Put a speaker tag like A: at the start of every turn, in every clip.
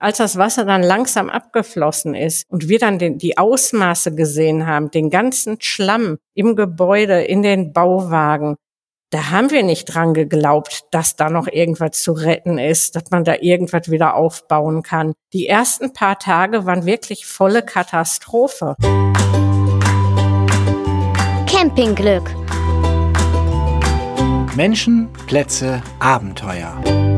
A: Als das Wasser dann langsam abgeflossen ist und wir dann die Ausmaße gesehen haben, den ganzen Schlamm im Gebäude, in den Bauwagen, da haben wir nicht dran geglaubt, dass da noch irgendwas zu retten ist, dass man da irgendwas wieder aufbauen kann. Die ersten paar Tage waren wirklich volle Katastrophe.
B: Campingglück.
C: Menschen, Plätze, Abenteuer.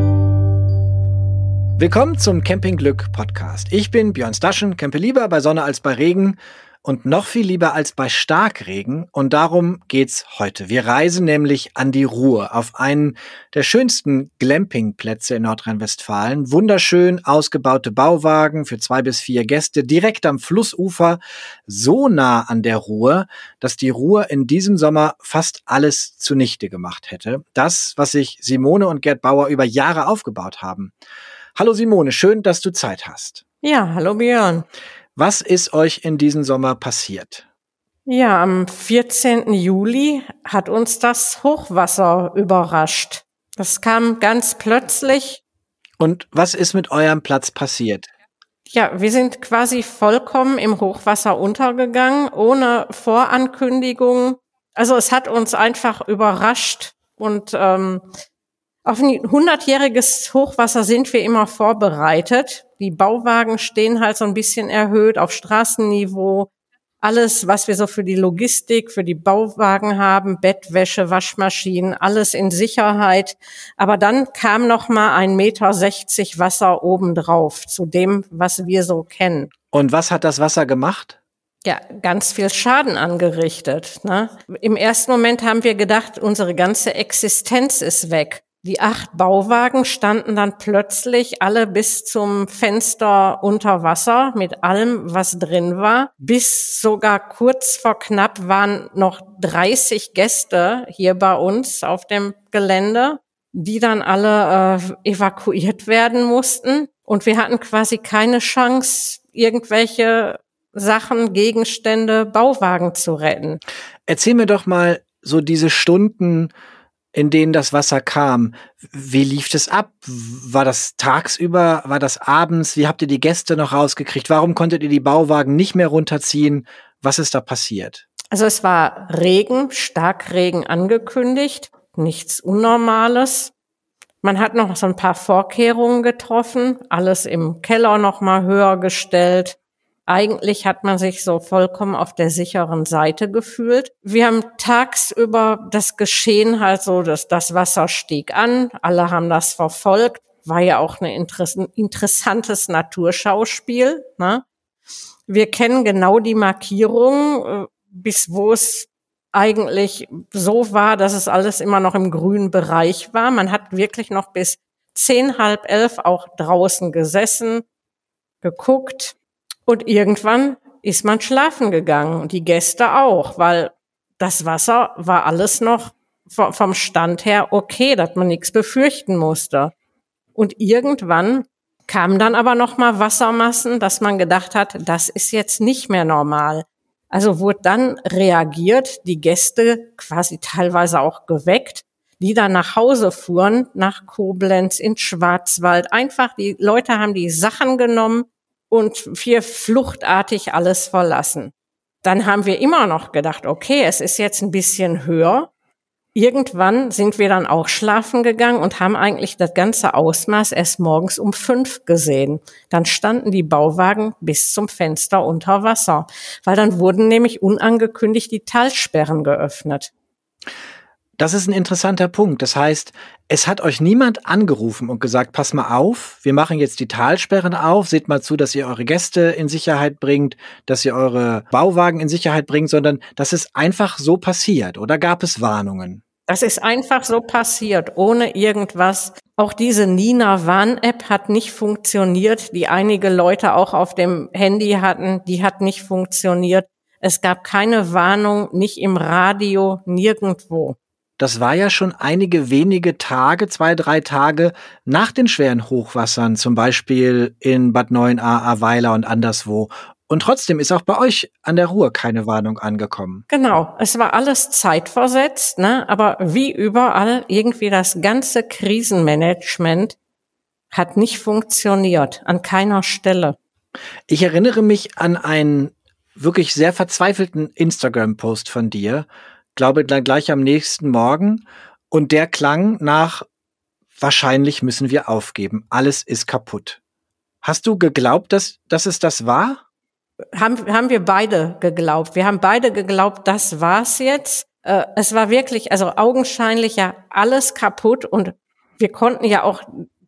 C: Willkommen zum Campingglück-Podcast. Ich bin Björn Staschen, campe lieber bei Sonne als bei Regen und noch viel lieber als bei Starkregen. Und darum geht's heute. Wir reisen nämlich an die Ruhr, auf einen der schönsten Glampingplätze in Nordrhein-Westfalen. Wunderschön ausgebaute Bauwagen für 2 bis 4 Gäste, direkt am Flussufer, so nah an der Ruhr, dass die Ruhr in diesem Sommer fast alles zunichte gemacht hätte. Das, was sich Simone und Gerd Bauer über Jahre aufgebaut haben. Hallo Simone, schön, dass du Zeit hast.
A: Ja, hallo Björn.
C: Was ist euch in diesem Sommer passiert?
A: Ja, am 14. Juli hat uns das Hochwasser überrascht. Das kam ganz plötzlich.
C: Und was ist mit eurem Platz passiert?
A: Ja, wir sind quasi vollkommen im Hochwasser untergegangen, ohne Vorankündigung. Also es hat uns einfach überrascht und auf ein 100-jähriges Hochwasser sind wir immer vorbereitet. Die Bauwagen stehen halt so ein bisschen erhöht auf Straßenniveau. Alles, was wir so für die Logistik, für die Bauwagen haben, Bettwäsche, Waschmaschinen, alles in Sicherheit. Aber dann kam noch mal 1,60 Meter Wasser obendrauf zu dem, was wir so kennen.
C: Und was hat das Wasser gemacht?
A: Ja, ganz viel Schaden angerichtet, ne? Im ersten Moment haben wir gedacht, unsere ganze Existenz ist weg. Die 8 Bauwagen standen dann plötzlich alle bis zum Fenster unter Wasser mit allem, was drin war. Bis sogar kurz vor knapp waren noch 30 Gäste hier bei uns auf dem Gelände, die dann alle evakuiert werden mussten. Und wir hatten quasi keine Chance, irgendwelche Sachen, Gegenstände, Bauwagen zu retten.
C: Erzähl mir doch mal so diese Stunden, in denen das Wasser kam. Wie lief das ab? War das tagsüber? War das abends? Wie habt ihr die Gäste noch rausgekriegt? Warum konntet ihr die Bauwagen nicht mehr runterziehen? Was ist da passiert?
A: Also es war Regen, Starkregen angekündigt, nichts Unnormales. Man hat noch so ein paar Vorkehrungen getroffen, alles im Keller noch mal höher gestellt. Eigentlich hat man sich so vollkommen auf der sicheren Seite gefühlt. Wir haben tagsüber das Geschehen halt so, dass das Wasser stieg an. Alle haben das verfolgt. War ja auch ein interessantes Naturschauspiel, ne? Wir kennen genau die Markierungen, bis wo es eigentlich so war, dass es alles immer noch im grünen Bereich war. Man hat wirklich noch bis 10, halb 11 auch draußen gesessen, geguckt. Und irgendwann ist man schlafen gegangen und die Gäste auch, weil das Wasser war alles noch vom Stand her okay, dass man nichts befürchten musste. Und irgendwann kamen dann aber noch mal Wassermassen, dass man gedacht hat, das ist jetzt nicht mehr normal. Also wurde dann reagiert, die Gäste quasi teilweise auch geweckt, die dann nach Hause fuhren, nach Koblenz, in Schwarzwald. Einfach, die Leute haben die Sachen genommen und wir fluchtartig alles verlassen. Dann haben wir immer noch gedacht, okay, es ist jetzt ein bisschen höher. Irgendwann sind wir dann auch schlafen gegangen und haben eigentlich das ganze Ausmaß erst morgens um 5 gesehen. Dann standen die Bauwagen bis zum Fenster unter Wasser, weil dann wurden nämlich unangekündigt die Talsperren geöffnet.
C: Das ist ein interessanter Punkt. Das heißt, es hat euch niemand angerufen und gesagt, pass mal auf, wir machen jetzt die Talsperren auf, seht mal zu, dass ihr eure Gäste in Sicherheit bringt, dass ihr eure Bauwagen in Sicherheit bringt, sondern das ist einfach so passiert. Oder gab es Warnungen?
A: Das ist einfach so passiert, ohne irgendwas. Auch diese Nina-Warn-App hat nicht funktioniert, die einige Leute auch auf dem Handy hatten, die hat nicht funktioniert. Es gab keine Warnung, nicht im Radio, nirgendwo.
C: Das war ja schon einige wenige Tage, 2, 3 Tage nach den schweren Hochwassern, zum Beispiel in Bad Neuenahr, Ahrweiler und anderswo. Und trotzdem ist auch bei euch an der Ruhr keine Warnung angekommen.
A: Genau, es war alles zeitversetzt, ne? Aber wie überall irgendwie das ganze Krisenmanagement Hat nicht funktioniert, an keiner Stelle.
C: Ich erinnere mich an einen wirklich sehr verzweifelten Instagram-Post von dir, glaube dann gleich am nächsten Morgen, und der klang nach: Wahrscheinlich müssen wir aufgeben, alles ist kaputt. Hast du geglaubt, dass es das war?
A: Haben wir beide geglaubt. Wir haben beide geglaubt, das war's jetzt. Es war wirklich, also augenscheinlich ja alles kaputt, und wir konnten ja auch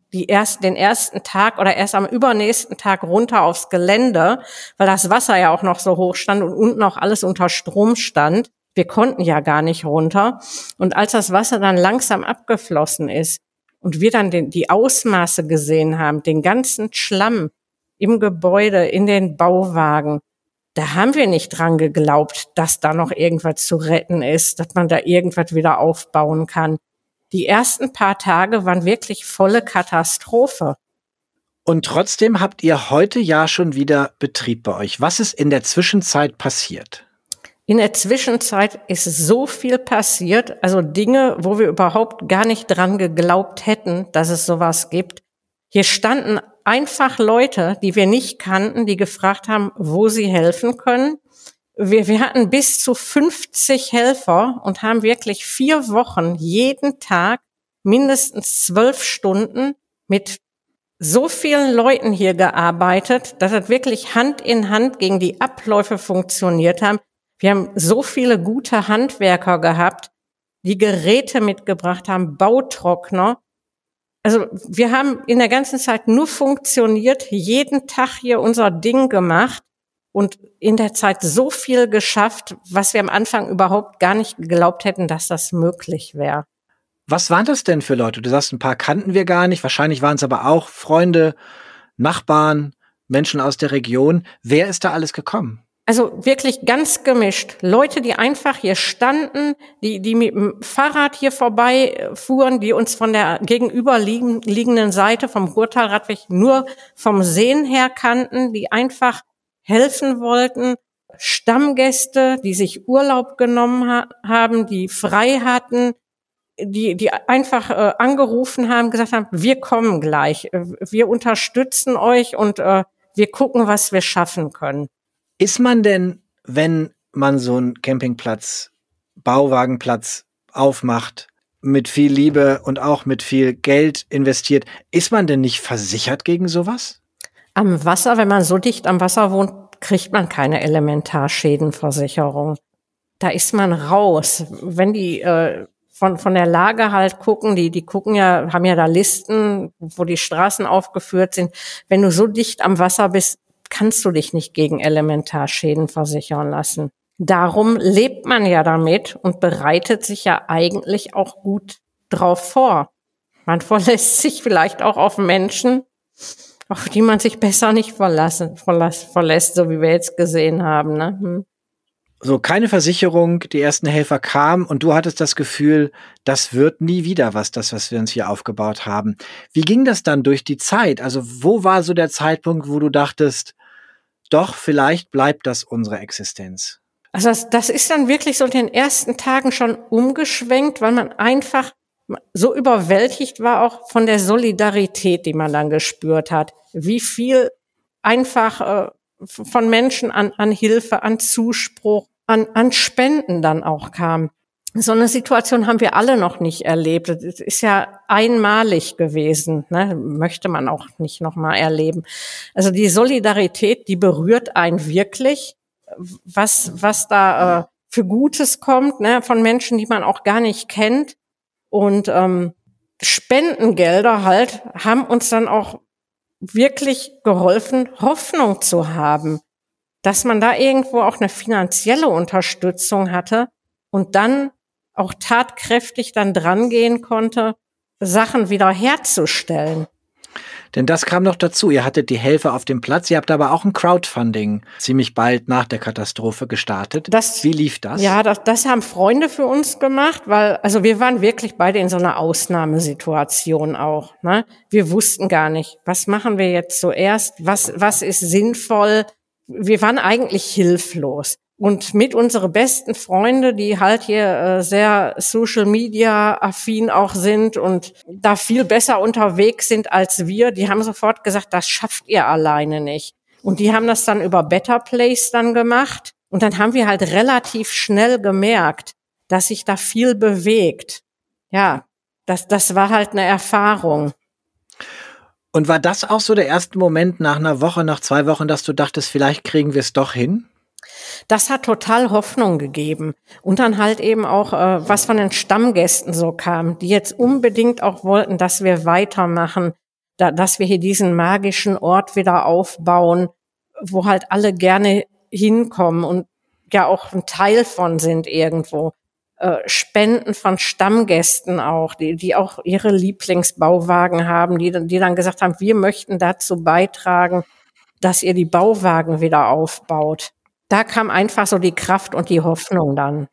A: den ersten Tag oder erst am übernächsten Tag runter aufs Gelände, weil das Wasser ja auch noch so hoch stand und unten auch alles unter Strom stand. Wir konnten ja gar nicht runter. Und als das Wasser dann langsam abgeflossen ist und wir dann die Ausmaße gesehen haben, den ganzen Schlamm im Gebäude, in den Bauwagen, da haben wir nicht dran geglaubt, dass da noch irgendwas zu retten ist, dass man da irgendwas wieder aufbauen kann. Die ersten paar Tage waren wirklich volle Katastrophe.
C: Und trotzdem habt ihr heute ja schon wieder Betrieb bei euch. Was ist in der Zwischenzeit passiert?
A: In der Zwischenzeit ist so viel passiert, also Dinge, wo wir überhaupt gar nicht dran geglaubt hätten, dass es sowas gibt. Hier standen einfach Leute, die wir nicht kannten, die gefragt haben, wo sie helfen können. Wir hatten bis zu 50 Helfer und haben wirklich 4 Wochen jeden Tag mindestens 12 Stunden mit so vielen Leuten hier gearbeitet, dass das wirklich Hand in Hand gegen die Abläufe funktioniert haben. Wir haben so viele gute Handwerker gehabt, die Geräte mitgebracht haben, Bautrockner. Also wir haben in der ganzen Zeit nur funktioniert, jeden Tag hier unser Ding gemacht und in der Zeit so viel geschafft, was wir am Anfang überhaupt gar nicht geglaubt hätten, dass das möglich wäre.
C: Was waren das denn für Leute? Du sagst, ein paar kannten wir gar nicht. Wahrscheinlich waren es aber auch Freunde, Nachbarn, Menschen aus der Region. Wer ist da alles gekommen?
A: Also wirklich ganz gemischt. Leute, die einfach hier standen, die mit dem Fahrrad hier vorbeifuhren, die uns von der gegenüberliegenden Seite vom Ruhrtalradweg nur vom Sehen her kannten, die einfach helfen wollten. Stammgäste, die sich Urlaub genommen haben, die frei hatten, die einfach angerufen haben, gesagt haben, wir kommen gleich, wir unterstützen euch und wir gucken, was wir schaffen können.
C: Ist man denn, wenn man so einen Campingplatz, Bauwagenplatz aufmacht, mit viel Liebe und auch mit viel Geld investiert, ist man denn nicht versichert gegen sowas?
A: Am Wasser, wenn man so dicht am Wasser wohnt, kriegt man keine Elementarschädenversicherung. Da ist man raus. Wenn die von der Lage halt gucken, die gucken ja, haben ja da Listen, wo die Straßen aufgeführt sind. Wenn du so dicht am Wasser bist, kannst du dich nicht gegen Elementarschäden versichern lassen. Darum lebt man ja damit und bereitet sich ja eigentlich auch gut drauf vor. Man verlässt sich vielleicht auch auf Menschen, auf die man sich besser nicht verlässt, so wie wir jetzt gesehen haben. Ne?
C: So, keine Versicherung, die ersten Helfer kamen und du hattest das Gefühl, das wird nie wieder was wir uns hier aufgebaut haben. Wie ging das dann durch die Zeit? Also wo war so der Zeitpunkt, wo du dachtest, doch, vielleicht bleibt das unsere Existenz?
A: Also das ist dann wirklich so in den ersten Tagen schon umgeschwenkt, weil man einfach so überwältigt war auch von der Solidarität, die man dann gespürt hat. Wie viel einfach von Menschen an Hilfe, an Zuspruch, an Spenden dann auch kam. So eine Situation haben wir alle noch nicht erlebt. Das ist ja einmalig gewesen, ne? Möchte man auch nicht nochmal erleben. Also die Solidarität, die berührt einen wirklich, was da für Gutes kommt, ne? Von Menschen, die man auch gar nicht kennt. Und Spendengelder halt haben uns dann auch wirklich geholfen, Hoffnung zu haben, dass man da irgendwo auch eine finanzielle Unterstützung hatte und dann auch tatkräftig dann drangehen konnte, Sachen wieder herzustellen.
C: Denn das kam noch dazu. Ihr hattet die Helfer auf dem Platz. Ihr habt aber auch ein Crowdfunding ziemlich bald nach der Katastrophe gestartet. Wie lief das?
A: Ja, das haben Freunde für uns gemacht, weil also wir waren wirklich beide in so einer Ausnahmesituation auch. Ne? Wir wussten gar nicht, was machen wir jetzt zuerst, was ist sinnvoll. Wir waren eigentlich hilflos. Und mit unsere besten Freunde, die halt hier sehr Social-Media-affin auch sind und da viel besser unterwegs sind als wir, die haben sofort gesagt, das schafft ihr alleine nicht. Und die haben das dann über Better Place dann gemacht. Und dann haben wir halt relativ schnell gemerkt, dass sich da viel bewegt. Ja, das war halt eine Erfahrung.
C: Und war das auch so der erste Moment nach einer Woche, nach 2 Wochen, dass du dachtest, vielleicht kriegen wir es doch hin?
A: Das hat total Hoffnung gegeben. Und dann halt eben auch, was von den Stammgästen so kam, die jetzt unbedingt auch wollten, dass wir weitermachen, dass wir hier diesen magischen Ort wieder aufbauen, wo halt alle gerne hinkommen und ja auch ein Teil von sind irgendwo. Spenden von Stammgästen auch, die auch ihre Lieblingsbauwagen haben, die dann gesagt haben, wir möchten dazu beitragen, dass ihr die Bauwagen wieder aufbaut. Da kam einfach so die Kraft und die Hoffnung dann.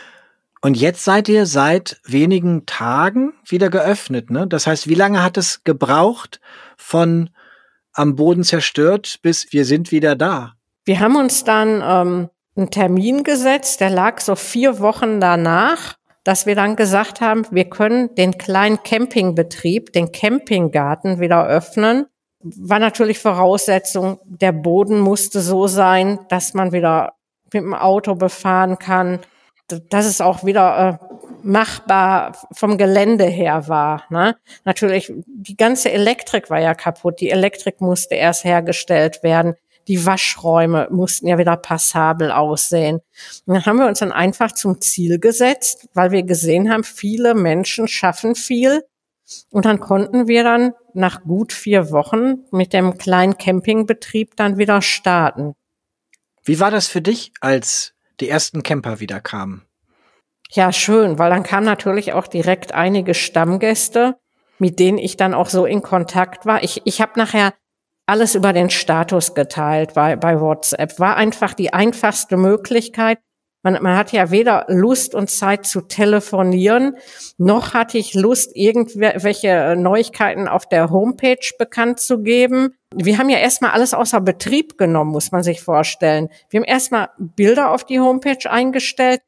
C: Und jetzt seid ihr seit wenigen Tagen wieder geöffnet, ne? Das heißt, wie lange hat es gebraucht von am Boden zerstört bis wir sind wieder da?
A: Wir haben uns dann einen Termin gesetzt, der lag so 4 Wochen danach, dass wir dann gesagt haben, wir können den kleinen Campingbetrieb, den Campinggarten wieder öffnen. War natürlich Voraussetzung, der Boden musste so sein, dass man wieder mit dem Auto befahren kann, dass es auch wieder machbar vom Gelände her war. Ne? Natürlich, die ganze Elektrik war ja kaputt. Die Elektrik musste erst hergestellt werden. Die Waschräume mussten ja wieder passabel aussehen. Und dann haben wir uns dann einfach zum Ziel gesetzt, weil wir gesehen haben, viele Menschen schaffen viel. Und dann konnten wir dann nach gut 4 Wochen mit dem kleinen Campingbetrieb dann wieder starten.
C: Wie war das für dich, als die ersten Camper wieder kamen?
A: Ja, schön, weil dann kamen natürlich auch direkt einige Stammgäste, mit denen ich dann auch so in Kontakt war. Ich habe nachher alles über den Status geteilt bei WhatsApp. War einfach die einfachste Möglichkeit. Man hat ja weder Lust und Zeit zu telefonieren, noch hatte ich Lust, irgendwelche Neuigkeiten auf der Homepage bekannt zu geben. Wir haben ja erstmal alles außer Betrieb genommen, muss man sich vorstellen. Wir haben erstmal Bilder auf die Homepage eingestellt,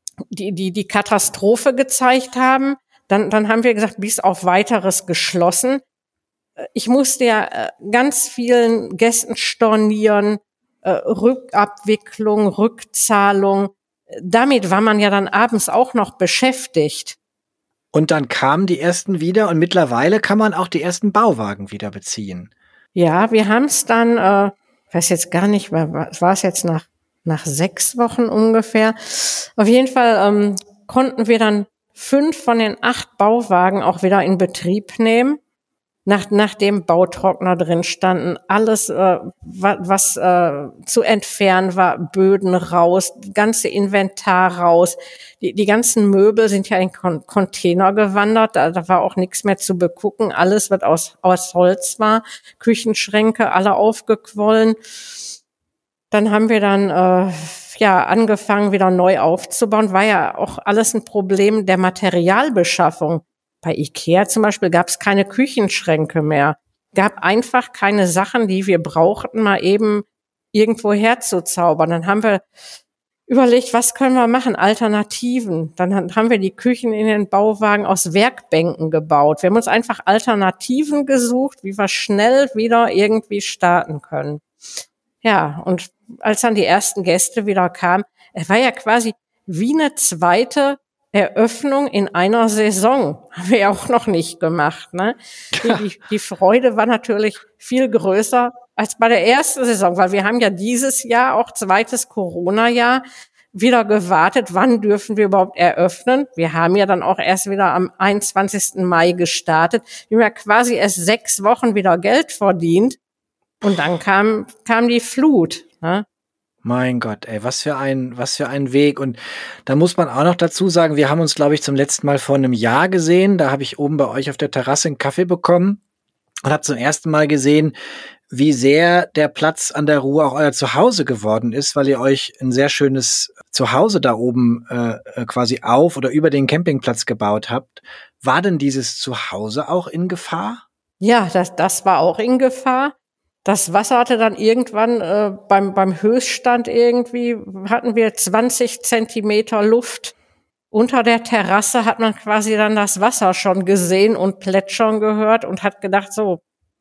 A: die Katastrophe gezeigt haben. Dann haben wir gesagt, bis auf Weiteres geschlossen. Ich musste ja ganz vielen Gästen stornieren, Rückabwicklung, Rückzahlung. Damit war man ja dann abends auch noch beschäftigt.
C: Und dann kamen die ersten wieder und mittlerweile kann man auch die ersten Bauwagen wieder beziehen.
A: Ja, wir haben es dann, weiß jetzt gar nicht, war es jetzt nach 6 Wochen ungefähr. Auf jeden Fall konnten wir dann 5 von den 8 Bauwagen auch wieder in Betrieb nehmen. Nachdem Bautrockner drin standen, alles, was zu entfernen war, Böden raus, ganze Inventar raus. Die ganzen Möbel sind ja in Container gewandert, da war auch nichts mehr zu begucken. Alles, was aus Holz war, Küchenschränke, alle aufgequollen. Dann haben wir dann angefangen, wieder neu aufzubauen. War ja auch alles ein Problem der Materialbeschaffung. Bei IKEA zum Beispiel gab es keine Küchenschränke mehr. Gab einfach keine Sachen, die wir brauchten, mal eben irgendwo herzuzaubern. Dann haben wir überlegt, was können wir machen? Alternativen. Dann haben wir die Küchen in den Bauwagen aus Werkbänken gebaut. Wir haben uns einfach Alternativen gesucht, wie wir schnell wieder irgendwie starten können. Ja, und als dann die ersten Gäste wieder kamen, es war ja quasi wie eine zweite Eröffnung in einer Saison. Haben wir ja auch noch nicht gemacht, ne? Die Freude war natürlich viel größer als bei der ersten Saison, weil wir haben ja dieses Jahr, auch zweites Corona-Jahr, wieder gewartet, wann dürfen wir überhaupt eröffnen. Wir haben ja dann auch erst wieder am 21. Mai gestartet. Wir haben ja quasi erst 6 Wochen wieder Geld verdient. Und dann kam die Flut, ne?
C: Mein Gott, ey, was für ein Weg. Und da muss man auch noch dazu sagen, wir haben uns, glaube ich, zum letzten Mal vor einem Jahr gesehen. Da habe ich oben bei euch auf der Terrasse einen Kaffee bekommen und habe zum ersten Mal gesehen, wie sehr der Platz an der Ruhr auch euer Zuhause geworden ist, weil ihr euch ein sehr schönes Zuhause da oben quasi auf oder über den Campingplatz gebaut habt. War denn dieses Zuhause auch in Gefahr?
A: Ja, das war auch in Gefahr. Das Wasser hatte dann irgendwann beim Höchststand irgendwie, hatten wir 20 Zentimeter Luft. Unter der Terrasse hat man quasi dann das Wasser schon gesehen und plätschern gehört und hat gedacht, so,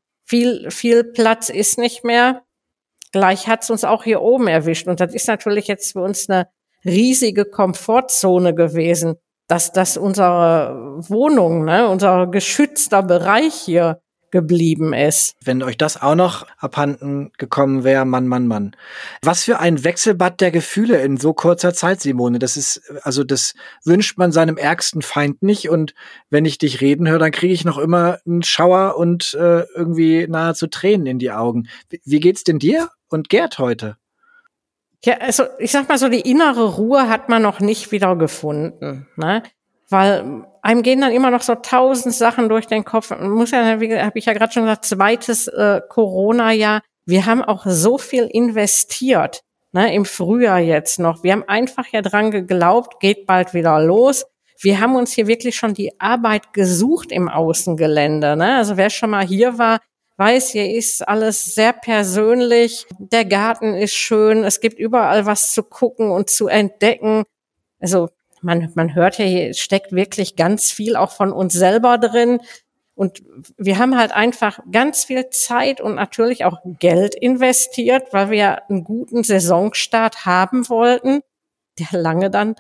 A: viel Platz ist nicht mehr. Gleich hat's uns auch hier oben erwischt. Und das ist natürlich jetzt für uns eine riesige Komfortzone gewesen, dass das unsere Wohnung, ne, unser geschützter Bereich hier geblieben ist.
C: Wenn euch das auch noch abhanden gekommen wäre, Mann. Was für ein Wechselbad der Gefühle in so kurzer Zeit, Simone. Das wünscht man seinem ärgsten Feind nicht. Und wenn ich dich reden höre, dann kriege ich noch immer einen Schauer und irgendwie nahezu Tränen in die Augen. Wie geht's denn dir und Gerd heute?
A: Ja, also ich sag mal so, die innere Ruhe hat man noch nicht wieder gefunden, ne? Weil einem gehen dann immer noch so 1000 Sachen durch den Kopf. Man muss ja, wie habe ich ja gerade schon gesagt, zweites Corona-Jahr. Wir haben auch so viel investiert, ne, im Frühjahr jetzt noch. Wir haben einfach ja dran geglaubt, geht bald wieder los. Wir haben uns hier wirklich schon die Arbeit gesucht im Außengelände, ne? Also wer schon mal hier war, weiß, hier ist alles sehr persönlich. Der Garten ist schön. Es gibt überall was zu gucken und zu entdecken. Also man hört ja, hier steckt wirklich ganz viel auch von uns selber drin. Und wir haben halt einfach ganz viel Zeit und natürlich auch Geld investiert, weil wir einen guten Saisonstart haben wollten, der dann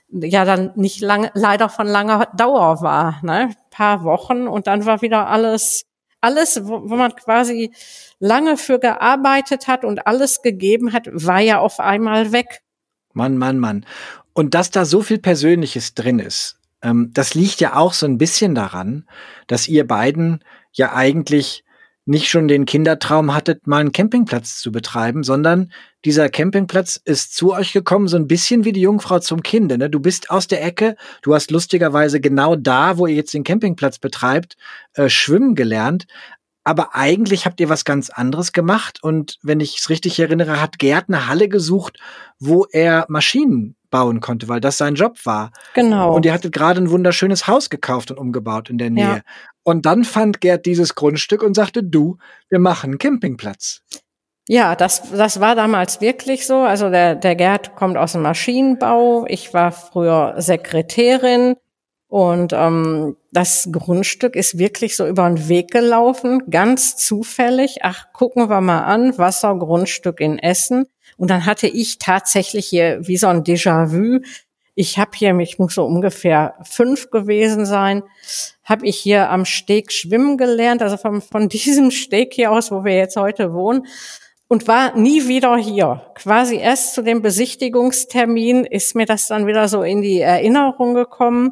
A: nicht lange, leider von langer Dauer war, ne? Ein paar Wochen und dann war wieder alles, wo man quasi lange für gearbeitet hat und alles gegeben hat, war ja auf einmal weg.
C: Mann. Und dass da so viel Persönliches drin ist, das liegt ja auch so ein bisschen daran, dass ihr beiden ja eigentlich nicht schon den Kindertraum hattet, mal einen Campingplatz zu betreiben, sondern dieser Campingplatz ist zu euch gekommen, so ein bisschen wie die Jungfrau zum Kinde, ne? Du bist aus der Ecke, du hast lustigerweise genau da, wo ihr jetzt den Campingplatz betreibt, schwimmen gelernt. Aber eigentlich habt ihr was ganz anderes gemacht. Und wenn ich es richtig erinnere, hat Gerd eine Halle gesucht, wo er Maschinen bauen konnte, weil das sein Job war.
A: Genau.
C: Und ihr hattet gerade ein wunderschönes Haus gekauft und umgebaut in der Nähe.
A: Ja.
C: Und dann fand Gerd dieses Grundstück und sagte, wir machen einen Campingplatz.
A: Ja, das war damals wirklich so. Also der Gerd kommt aus dem Maschinenbau. Ich war früher Sekretärin. Und das Grundstück ist wirklich so über den Weg gelaufen, ganz zufällig. Ach, gucken wir mal an, Wassergrundstück in Essen. Und dann hatte ich tatsächlich hier wie so ein Déjà-vu. Ich muss so ungefähr 5 gewesen sein, habe ich hier am Steg schwimmen gelernt, also von diesem Steg hier aus, wo wir jetzt heute wohnen. Und war nie wieder hier. Quasi erst zu dem Besichtigungstermin ist mir das dann wieder so in die Erinnerung gekommen.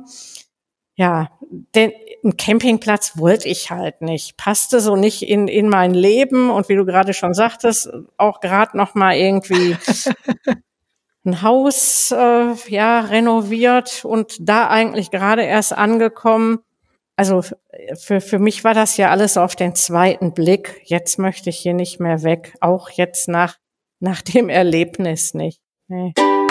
A: Ja, einen Campingplatz wollte ich halt nicht. Passte so nicht in mein Leben. Und wie du gerade schon sagtest, auch gerade noch mal irgendwie ein Haus renoviert und da eigentlich gerade erst angekommen. Also für mich war das ja alles auf den zweiten Blick. Jetzt möchte ich hier nicht mehr weg. Auch jetzt nach dem Erlebnis nicht. Nee.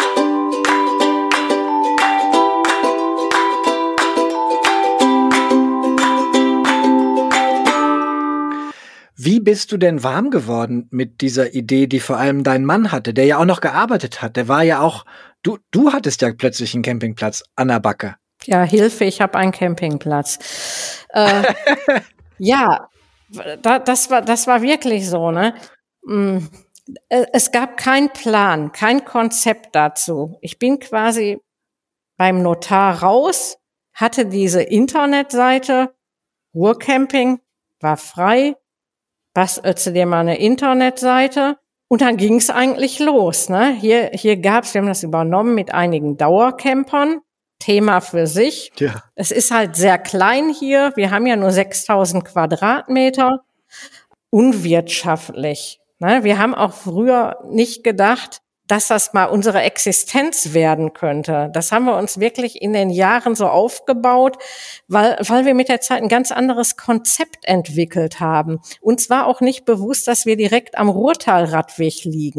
C: Wie bist du denn warm geworden mit dieser Idee, die vor allem dein Mann hatte, der ja auch noch gearbeitet hat? Der war ja auch, du hattest ja plötzlich einen Campingplatz an der Backe.
A: Ja, Hilfe, ich habe einen Campingplatz. Ja, das war wirklich so, ne? Es gab keinen Plan, kein Konzept dazu. Ich bin quasi beim Notar raus, hatte diese Internetseite, Ruhrcamping, war frei, bastelst du dir mal eine Internetseite und dann ging's eigentlich los, ne? Hier wir haben das übernommen mit einigen Dauercampern, Thema für sich.
C: Ja.
A: Es ist halt sehr klein hier, wir haben ja nur 6000 Quadratmeter, unwirtschaftlich, ne? Wir haben auch früher nicht gedacht, dass das mal unsere Existenz werden könnte. Das haben wir uns wirklich in den Jahren so aufgebaut, weil wir mit der Zeit ein ganz anderes Konzept entwickelt haben. Uns war auch nicht bewusst, dass wir direkt am Ruhrtalradweg liegen.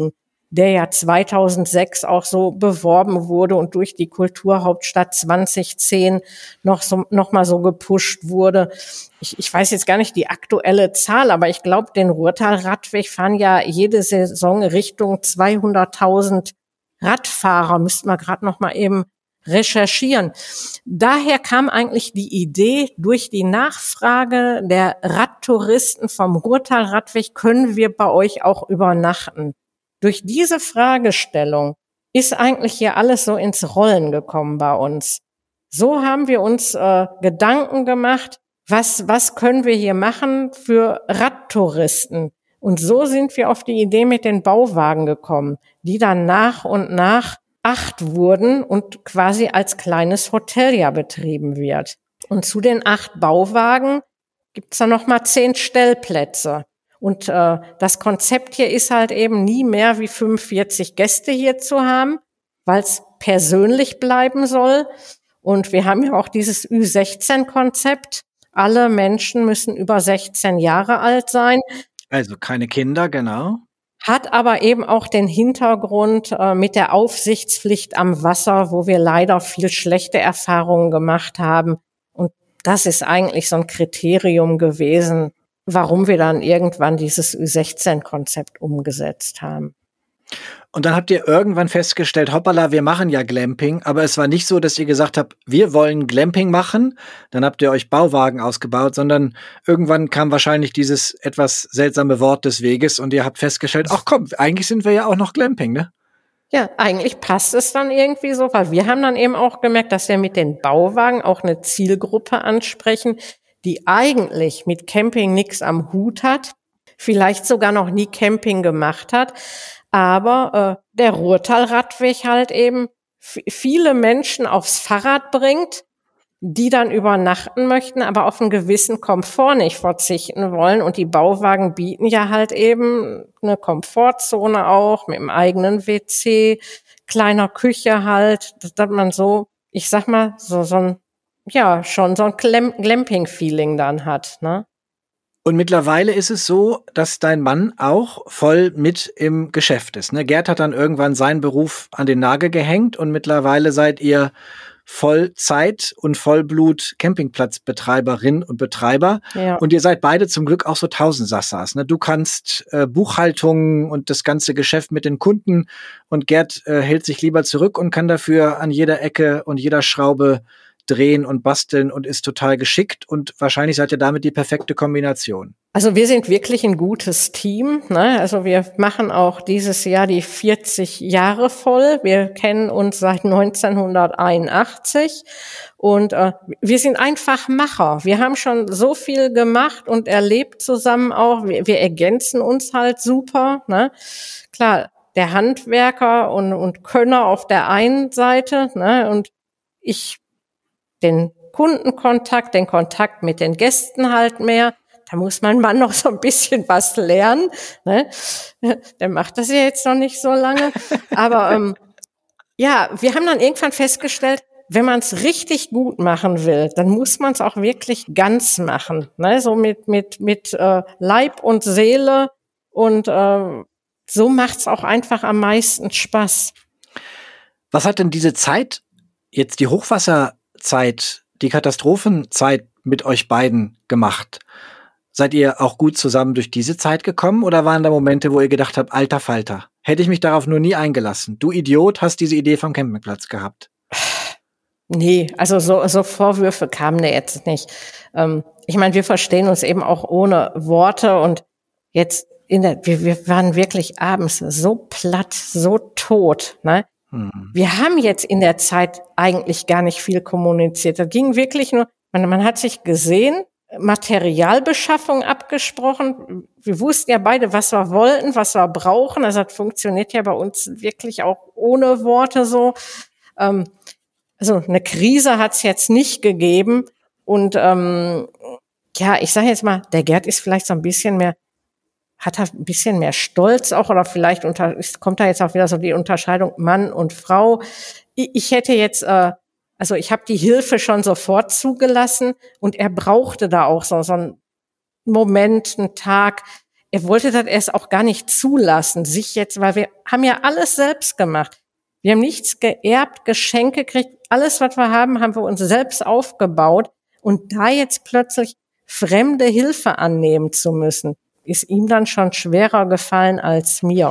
A: der ja 2006 auch so beworben wurde und durch die Kulturhauptstadt 2010 noch mal so gepusht wurde. Ich weiß jetzt gar nicht die aktuelle Zahl, aber ich glaube, den Ruhrtal-Radweg fahren ja jede Saison Richtung 200.000 Radfahrer. Müssten wir gerade noch mal eben recherchieren. Daher kam eigentlich die Idee, durch die Nachfrage der Radtouristen vom Ruhrtal-Radweg können wir bei euch auch übernachten. Durch diese Fragestellung ist eigentlich hier alles so ins Rollen gekommen bei uns. So haben wir uns Gedanken gemacht, was können wir hier machen für Radtouristen? Und so sind wir auf die Idee mit den Bauwagen gekommen, die dann nach und nach 8 wurden und quasi als kleines Hotel ja betrieben wird. Und zu den 8 Bauwagen gibt's dann noch mal 10 Stellplätze. Und das Konzept hier ist halt eben nie mehr wie 45 Gäste hier zu haben, weil es persönlich bleiben soll. Und wir haben ja auch dieses Ü16-Konzept. Alle Menschen müssen über 16 Jahre alt sein.
C: Also keine Kinder, genau.
A: Hat aber eben auch den Hintergrund mit der Aufsichtspflicht am Wasser, wo wir leider viel schlechte Erfahrungen gemacht haben. Und das ist eigentlich so ein Kriterium gewesen, warum wir dann irgendwann dieses Ü16-Konzept umgesetzt haben.
C: Und dann habt ihr irgendwann festgestellt, hoppala, wir machen ja Glamping, aber es war nicht so, dass ihr gesagt habt, wir wollen Glamping machen, dann habt ihr euch Bauwagen ausgebaut, sondern irgendwann kam wahrscheinlich dieses etwas seltsame Wort des Weges und ihr habt festgestellt, ach komm, eigentlich sind wir ja auch noch Glamping, ne?
A: Ja, eigentlich passt es dann irgendwie so, weil wir haben dann eben auch gemerkt, dass wir mit den Bauwagen auch eine Zielgruppe ansprechen, die eigentlich mit Camping nichts am Hut hat, vielleicht sogar noch nie Camping gemacht hat, aber der Ruhrtal-Radweg halt eben viele Menschen aufs Fahrrad bringt, die dann übernachten möchten, aber auf einen gewissen Komfort nicht verzichten wollen. Und die Bauwagen bieten ja halt eben eine Komfortzone auch mit einem eigenen WC, kleiner Küche halt, dass man so, ich sag mal, so ein, ja, schon so ein Glamping-Feeling dann hat, ne?
C: Und mittlerweile ist es so, dass dein Mann auch voll mit im Geschäft ist, ne? Gerd hat dann irgendwann seinen Beruf an den Nagel gehängt und mittlerweile seid ihr Vollzeit und Vollblut Campingplatzbetreiberin und Betreiber.
A: Ja.
C: Und ihr seid beide zum Glück auch so Tausendsassas, ne? Du kannst Buchhaltung und das ganze Geschäft mit den Kunden und Gerd hält sich lieber zurück und kann dafür an jeder Ecke und jeder Schraube drehen und basteln und ist total geschickt und wahrscheinlich seid ihr damit die perfekte Kombination.
A: Also wir sind wirklich ein gutes Team, ne? Also wir machen auch dieses Jahr die 40 Jahre voll. Wir kennen uns seit 1981 und wir sind einfach Macher. Wir haben schon so viel gemacht und erlebt zusammen auch. Wir ergänzen uns halt super, ne? Klar, der Handwerker und Könner auf der einen Seite, ne? Und ich den Kundenkontakt, den Kontakt mit den Gästen halt mehr. Da muss mein Mann noch so ein bisschen was lernen, ne? Der macht das ja jetzt noch nicht so lange. Aber ja, wir haben dann irgendwann festgestellt, wenn man es richtig gut machen will, dann muss man es auch wirklich ganz machen, ne? So mit Leib und Seele und so macht's auch einfach am meisten Spaß.
C: Was hat denn diese Zeit, jetzt die Hochwasserzeit, die Katastrophenzeit mit euch beiden gemacht? Seid ihr auch gut zusammen durch diese Zeit gekommen oder waren da Momente, wo ihr gedacht habt, alter Falter, hätte ich mich darauf nur nie eingelassen? Du Idiot, hast diese Idee vom Campingplatz gehabt. Nee,
A: also so Vorwürfe kamen da jetzt nicht. Ich meine, wir verstehen uns eben auch ohne Worte und jetzt wir waren wirklich abends so platt, so tot, ne? Wir haben jetzt in der Zeit eigentlich gar nicht viel kommuniziert. Das ging wirklich nur, man hat sich gesehen, Materialbeschaffung abgesprochen. Wir wussten ja beide, was wir wollten, was wir brauchen. Also das funktioniert ja bei uns wirklich auch ohne Worte so. Also eine Krise hat es jetzt nicht gegeben. Und ja, ich sage jetzt mal, der Gerd ist vielleicht so ein bisschen mehr, hat ein bisschen mehr Stolz auch oder vielleicht kommt da jetzt auch wieder so die Unterscheidung Mann und Frau. Ich hätte jetzt, also ich habe die Hilfe schon sofort zugelassen und er brauchte da auch so einen Moment, einen Tag. er wollte das erst auch gar nicht zulassen, weil wir haben ja alles selbst gemacht. Wir haben nichts geerbt, Geschenke gekriegt. Alles, was wir haben wir uns selbst aufgebaut. Und da jetzt plötzlich fremde Hilfe annehmen zu müssen, ist ihm dann schon schwerer gefallen als mir.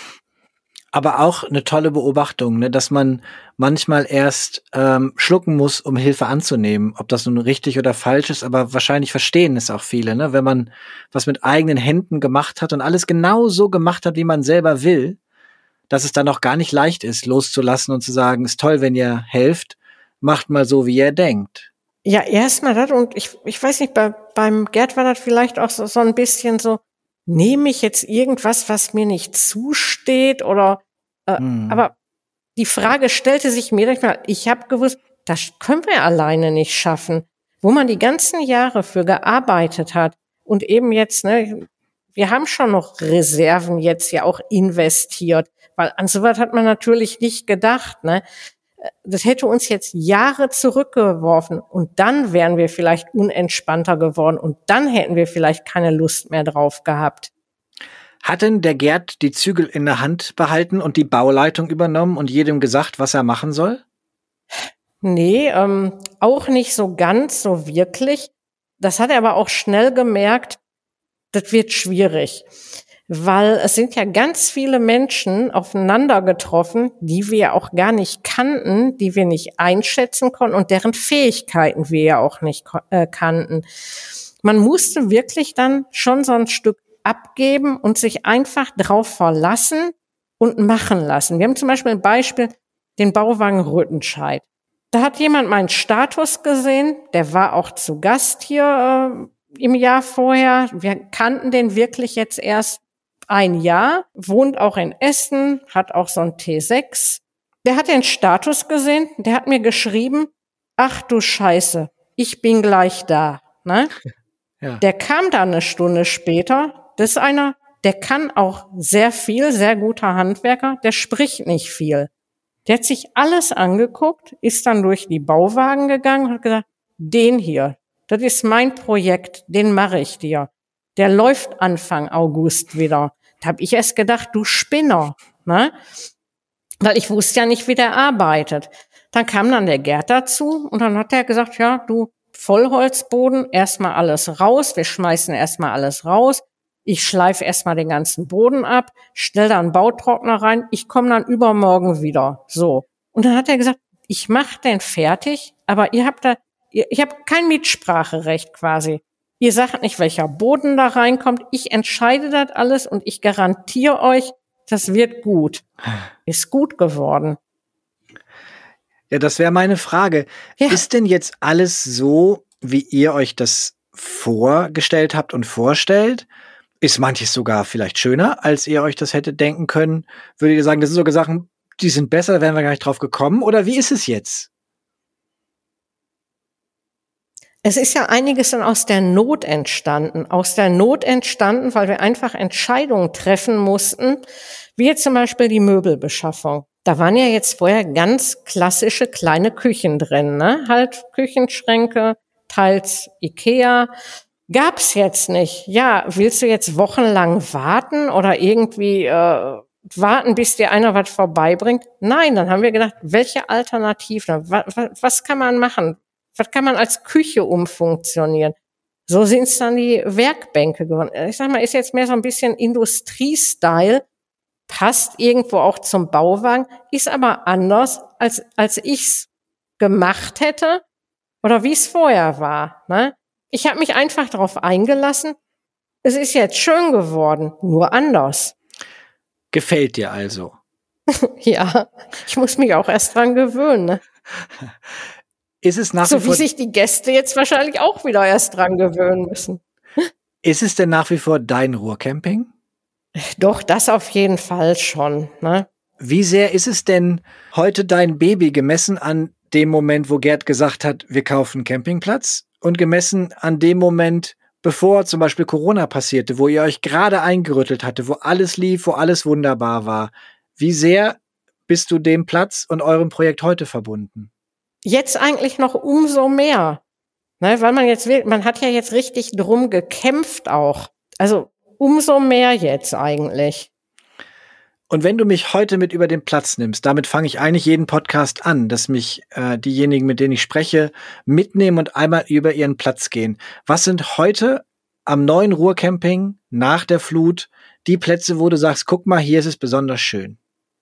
C: Aber auch eine tolle Beobachtung, ne, dass man manchmal erst schlucken muss, um Hilfe anzunehmen. Ob das nun richtig oder falsch ist, aber wahrscheinlich verstehen es auch viele, ne? Wenn man was mit eigenen Händen gemacht hat und alles genau so gemacht hat, wie man selber will, dass es dann auch gar nicht leicht ist, loszulassen und zu sagen, ist toll, wenn ihr helft, macht mal so, wie ihr denkt.
A: Ja, erstmal das, und ich weiß nicht, beim Gerd war das vielleicht auch so ein bisschen so, nehme ich jetzt irgendwas, was mir nicht zusteht, oder aber die Frage stellte sich mir, ich habe gewusst, das können wir alleine nicht schaffen, wo man die ganzen Jahre für gearbeitet hat und eben jetzt, ne, wir haben schon noch Reserven jetzt ja auch investiert, weil an sowas hat man natürlich nicht gedacht, ne? Das hätte uns jetzt Jahre zurückgeworfen und dann wären wir vielleicht unentspannter geworden und dann hätten wir vielleicht keine Lust mehr drauf gehabt.
C: Hat denn der Gerd die Zügel in der Hand behalten und die Bauleitung übernommen und jedem gesagt, was er machen soll?
A: Nee, auch nicht so ganz, so wirklich. Das hat er aber auch schnell gemerkt, das wird schwierig. Weil es sind ja ganz viele Menschen aufeinander getroffen, die wir auch gar nicht kannten, die wir nicht einschätzen konnten und deren Fähigkeiten wir ja auch nicht kannten. Man musste wirklich dann schon so ein Stück abgeben und sich einfach drauf verlassen und machen lassen. Wir haben zum Beispiel ein Beispiel, den Bauwagen Rüttenscheid. Da hat jemand meinen Status gesehen, der war auch zu Gast hier im Jahr vorher. Wir kannten den wirklich jetzt erst ein Jahr, wohnt auch in Essen, hat auch so ein T6. Der hat den Status gesehen, der hat mir geschrieben, ach du Scheiße, ich bin gleich da. Ne? Ja. Der kam dann eine Stunde später, das ist einer, der kann auch sehr viel, sehr guter Handwerker, der spricht nicht viel. Der hat sich alles angeguckt, ist dann durch die Bauwagen gegangen und hat gesagt, den hier, das ist mein Projekt, den mache ich dir. Der läuft Anfang August wieder. Da habe ich erst gedacht, du Spinner, ne? Weil ich wusste ja nicht, wie der arbeitet. Dann kam dann der Gerd dazu und dann hat er gesagt, ja, du, Vollholzboden, erstmal alles raus, wir schmeißen erstmal alles raus. Ich schleife erstmal den ganzen Boden ab, stell da einen Bautrockner rein, ich komme dann übermorgen wieder. So. Und dann hat er gesagt, ich mache den fertig, aber ihr habt kein Mitspracherecht quasi. Ihr sagt nicht, welcher Boden da reinkommt. Ich entscheide das alles und ich garantiere euch, das wird gut. Ist gut geworden.
C: Ja, das wäre meine Frage. Ja. Ist denn jetzt alles so, wie ihr euch das vorgestellt habt und vorstellt? Ist manches sogar vielleicht schöner, als ihr euch das hättet denken können? Würdet ihr sagen, das sind sogar Sachen, die sind besser, da wären wir gar nicht drauf gekommen? Oder wie ist es jetzt?
A: Es ist ja einiges dann aus der Not entstanden. Weil wir einfach Entscheidungen treffen mussten, wie jetzt zum Beispiel die Möbelbeschaffung. Da waren ja jetzt vorher ganz klassische kleine Küchen drin, ne? Halt Küchenschränke, teils Ikea. Gab's jetzt nicht. Ja, willst du jetzt wochenlang warten oder irgendwie warten, bis dir einer was vorbeibringt? Nein, dann haben wir gedacht, welche Alternative? Was kann man machen? Was kann man als Küche umfunktionieren? So sind es dann die Werkbänke geworden. Ich sag mal, ist jetzt mehr so ein bisschen Industriestyle, passt irgendwo auch zum Bauwagen, ist aber anders, als ich's gemacht hätte oder wie es vorher war, ne? Ich habe mich einfach darauf eingelassen. Es ist jetzt schön geworden, nur anders.
C: Gefällt dir also?
A: Ja, ich muss mich auch erst dran gewöhnen. Ne?
C: Ist es nach
A: so wie sich die Gäste jetzt wahrscheinlich auch wieder erst dran gewöhnen müssen.
C: Ist es denn nach wie vor dein Ruhrcamping?
A: Doch, das auf jeden Fall schon. Ne?
C: Wie sehr ist es denn heute dein Baby gemessen an dem Moment, wo Gerd gesagt hat, wir kaufen einen Campingplatz? Und gemessen an dem Moment, bevor zum Beispiel Corona passierte, wo ihr euch gerade eingerüttelt hatte, wo alles lief, wo alles wunderbar war. Wie sehr bist du dem Platz und eurem Projekt heute verbunden?
A: Jetzt eigentlich noch umso mehr. Ne, weil man hat ja jetzt richtig drum gekämpft auch. Also umso mehr jetzt eigentlich.
C: Und wenn du mich heute mit über den Platz nimmst, damit fange ich eigentlich jeden Podcast an, dass mich diejenigen, mit denen ich spreche, mitnehmen und einmal über ihren Platz gehen. Was sind heute am neuen Ruhrcamping nach der Flut die Plätze, wo du sagst, guck mal, hier ist es besonders schön?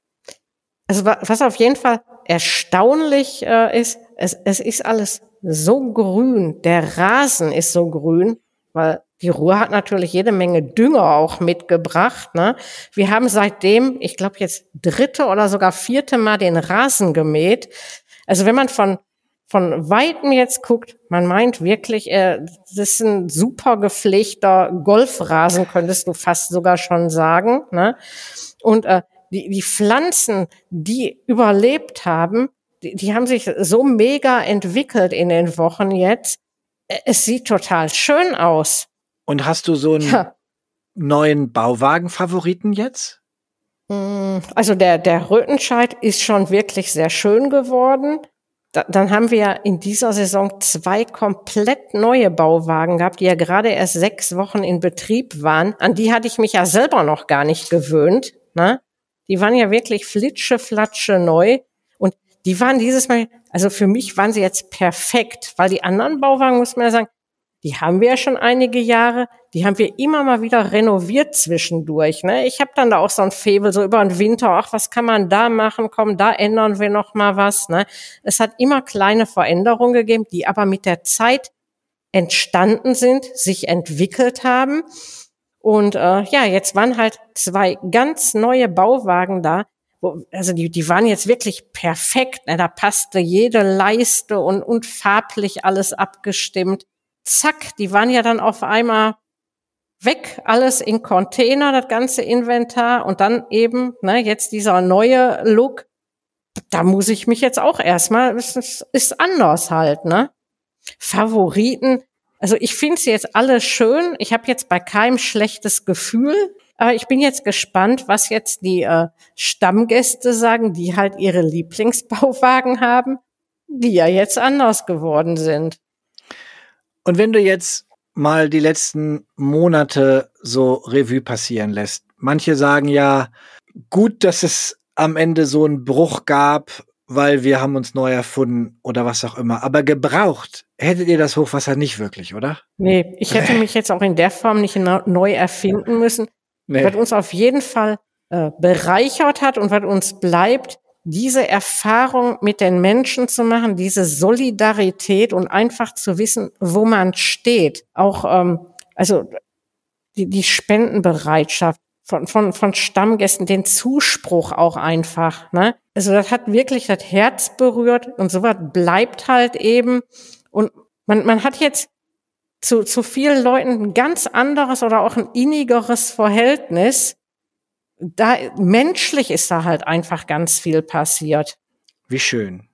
A: Also was auf jeden Fall erstaunlich ist, es ist alles so grün. Der Rasen ist so grün, weil die Ruhr hat natürlich jede Menge Dünger auch mitgebracht. Ne? Wir haben seitdem, ich glaube jetzt 3. oder sogar 4. Mal den Rasen gemäht. Also wenn man von Weitem jetzt guckt, man meint wirklich, das ist ein super gepflegter Golfrasen, könntest du fast sogar schon sagen. Ne? Und die Pflanzen, die überlebt haben, die haben sich so mega entwickelt in den Wochen jetzt. Es sieht total schön aus.
C: Und hast du so einen neuen Bauwagen-Favoriten jetzt?
A: Also der Rötenscheid ist schon wirklich sehr schön geworden. Dann haben wir in dieser Saison 2 komplett neue Bauwagen gehabt, die ja gerade erst 6 Wochen in Betrieb waren. An die hatte ich mich ja selber noch gar nicht gewöhnt. Ne? Die waren ja wirklich flitsche neu. Und die waren dieses Mal, also für mich waren sie jetzt perfekt, weil die anderen Bauwagen, muss man ja sagen, die haben wir ja schon einige Jahre, die haben wir immer mal wieder renoviert zwischendurch. Ne? Ich habe dann da auch so ein Faible, so über den Winter, ach, was kann man da machen? Komm, da ändern wir noch mal was. Ne? Es hat immer kleine Veränderungen gegeben, die aber mit der Zeit entstanden sind, sich entwickelt haben. Und jetzt waren halt 2 ganz neue Bauwagen da. Also die waren jetzt wirklich perfekt. Ne? Da passte jede Leiste und farblich alles abgestimmt. Zack, die waren ja dann auf einmal weg, alles in Container, das ganze Inventar und dann eben, ne, jetzt dieser neue Look, da muss ich mich jetzt auch erstmal, es ist anders halt, ne. Favoriten, also ich finde sie jetzt alle schön, ich habe jetzt bei keinem schlechtes Gefühl, aber ich bin jetzt gespannt, was jetzt die Stammgäste sagen, die halt ihre Lieblingsbauwagen haben, die ja jetzt anders geworden sind.
C: Und wenn du jetzt mal die letzten Monate so Revue passieren lässt, manche sagen ja, gut, dass es am Ende so einen Bruch gab, weil wir haben uns neu erfunden oder was auch immer. Aber gebraucht hättet ihr das Hochwasser nicht wirklich, oder?
A: Nee, ich hätte mich jetzt auch in der Form nicht neu erfinden müssen. Nee. Was uns auf jeden Fall bereichert hat und was uns bleibt, diese Erfahrung mit den Menschen zu machen, diese Solidarität und einfach zu wissen, wo man steht. Auch also die Spendenbereitschaft von Stammgästen, den Zuspruch auch einfach. Ne? Also das hat wirklich das Herz berührt und sowas bleibt halt eben. Und man hat jetzt zu vielen Leuten ein ganz anderes oder auch ein innigeres Verhältnis. Da menschlich ist da halt einfach ganz viel passiert.
C: Wie schön.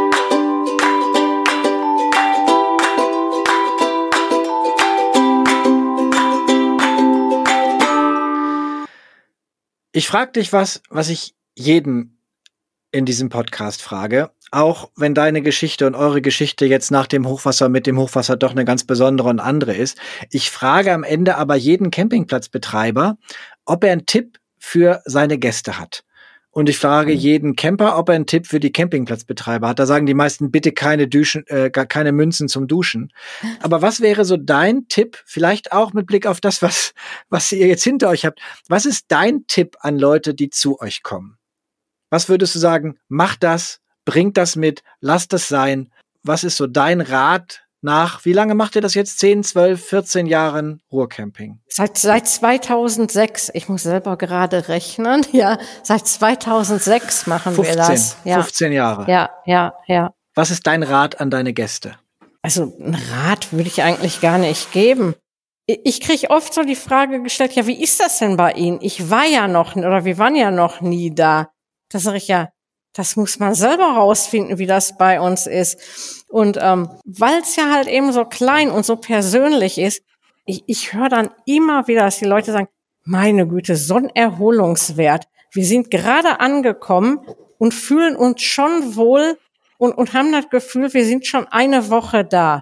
C: Ich frage dich was ich jeden in diesem Podcast frage, auch wenn deine Geschichte und eure Geschichte jetzt nach dem Hochwasser, mit dem Hochwasser doch eine ganz besondere und andere ist. Ich frage am Ende aber jeden Campingplatzbetreiber, ob er einen Tipp für seine Gäste hat. Und ich frage jeden Camper, ob er einen Tipp für die Campingplatzbetreiber hat. Da sagen die meisten, bitte keine Münzen zum Duschen. Aber was wäre so dein Tipp, vielleicht auch mit Blick auf das, was ihr jetzt hinter euch habt? Was ist dein Tipp an Leute, die zu euch kommen? Was würdest du sagen, mach das, bringt das mit, lass das sein? Was ist so dein Rat nach, wie lange macht ihr das jetzt? 10, 12, 14 Jahren Ruhrcamping?
A: Seit 2006. Ich muss selber gerade rechnen. Ja, seit 2006 machen 15, wir das.
C: Ja. 15 Jahre.
A: Ja.
C: Was ist dein Rat an deine Gäste?
A: Also einen Rat würde ich eigentlich gar nicht geben. Ich kriege oft so die Frage gestellt, ja, wie ist das denn bei Ihnen? Wir waren ja noch nie da. Da sage ich ja, das muss man selber rausfinden, wie das bei uns ist. Und weil es ja halt eben so klein und so persönlich ist, ich höre dann immer wieder, dass die Leute sagen, meine Güte, so ein Erholungswert. Wir sind gerade angekommen und fühlen uns schon wohl und haben das Gefühl, wir sind schon eine Woche da.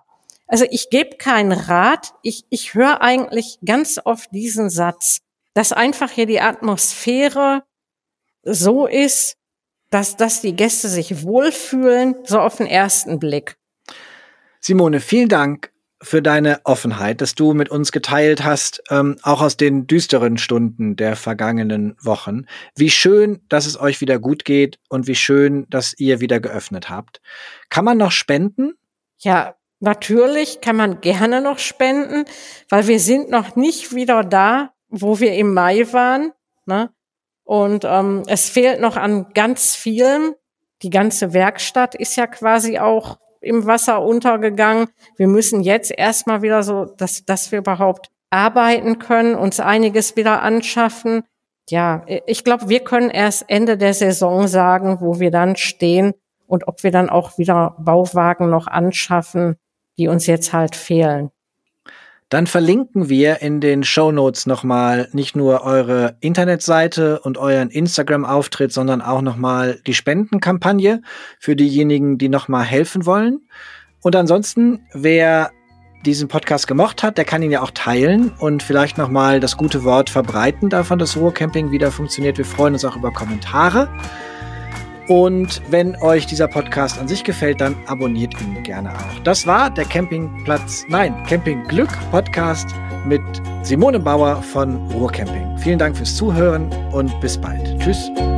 A: Also ich gebe keinen Rat. Ich höre eigentlich ganz oft diesen Satz, dass einfach hier die Atmosphäre so ist, dass die Gäste sich wohlfühlen, so auf den ersten Blick.
C: Simone, vielen Dank für deine Offenheit, dass du mit uns geteilt hast, auch aus den düsteren Stunden der vergangenen Wochen. Wie schön, dass es euch wieder gut geht und wie schön, dass ihr wieder geöffnet habt. Kann man noch spenden?
A: Ja, natürlich kann man gerne noch spenden, weil wir sind noch nicht wieder da, wo wir im Mai waren, ne? Und es fehlt noch an ganz vielem. Die ganze Werkstatt ist ja quasi auch im Wasser untergegangen. Wir müssen jetzt erstmal wieder so, dass wir überhaupt arbeiten können, uns einiges wieder anschaffen. Ja, ich glaube, wir können erst Ende der Saison sagen, wo wir dann stehen und ob wir dann auch wieder Bauwagen noch anschaffen, die uns jetzt halt fehlen.
C: Dann verlinken wir in den Shownotes nochmal nicht nur eure Internetseite und euren Instagram-Auftritt, sondern auch nochmal die Spendenkampagne für diejenigen, die nochmal helfen wollen. Und ansonsten, wer diesen Podcast gemocht hat, der kann ihn ja auch teilen und vielleicht nochmal das gute Wort verbreiten davon, dass Ruhrcamping wieder funktioniert. Wir freuen uns auch über Kommentare. Und wenn euch dieser Podcast an sich gefällt, dann abonniert ihn gerne auch. Das war der Camping Glück Podcast mit Simone Bauer von Ruhrcamping. Vielen Dank fürs Zuhören und bis bald. Tschüss.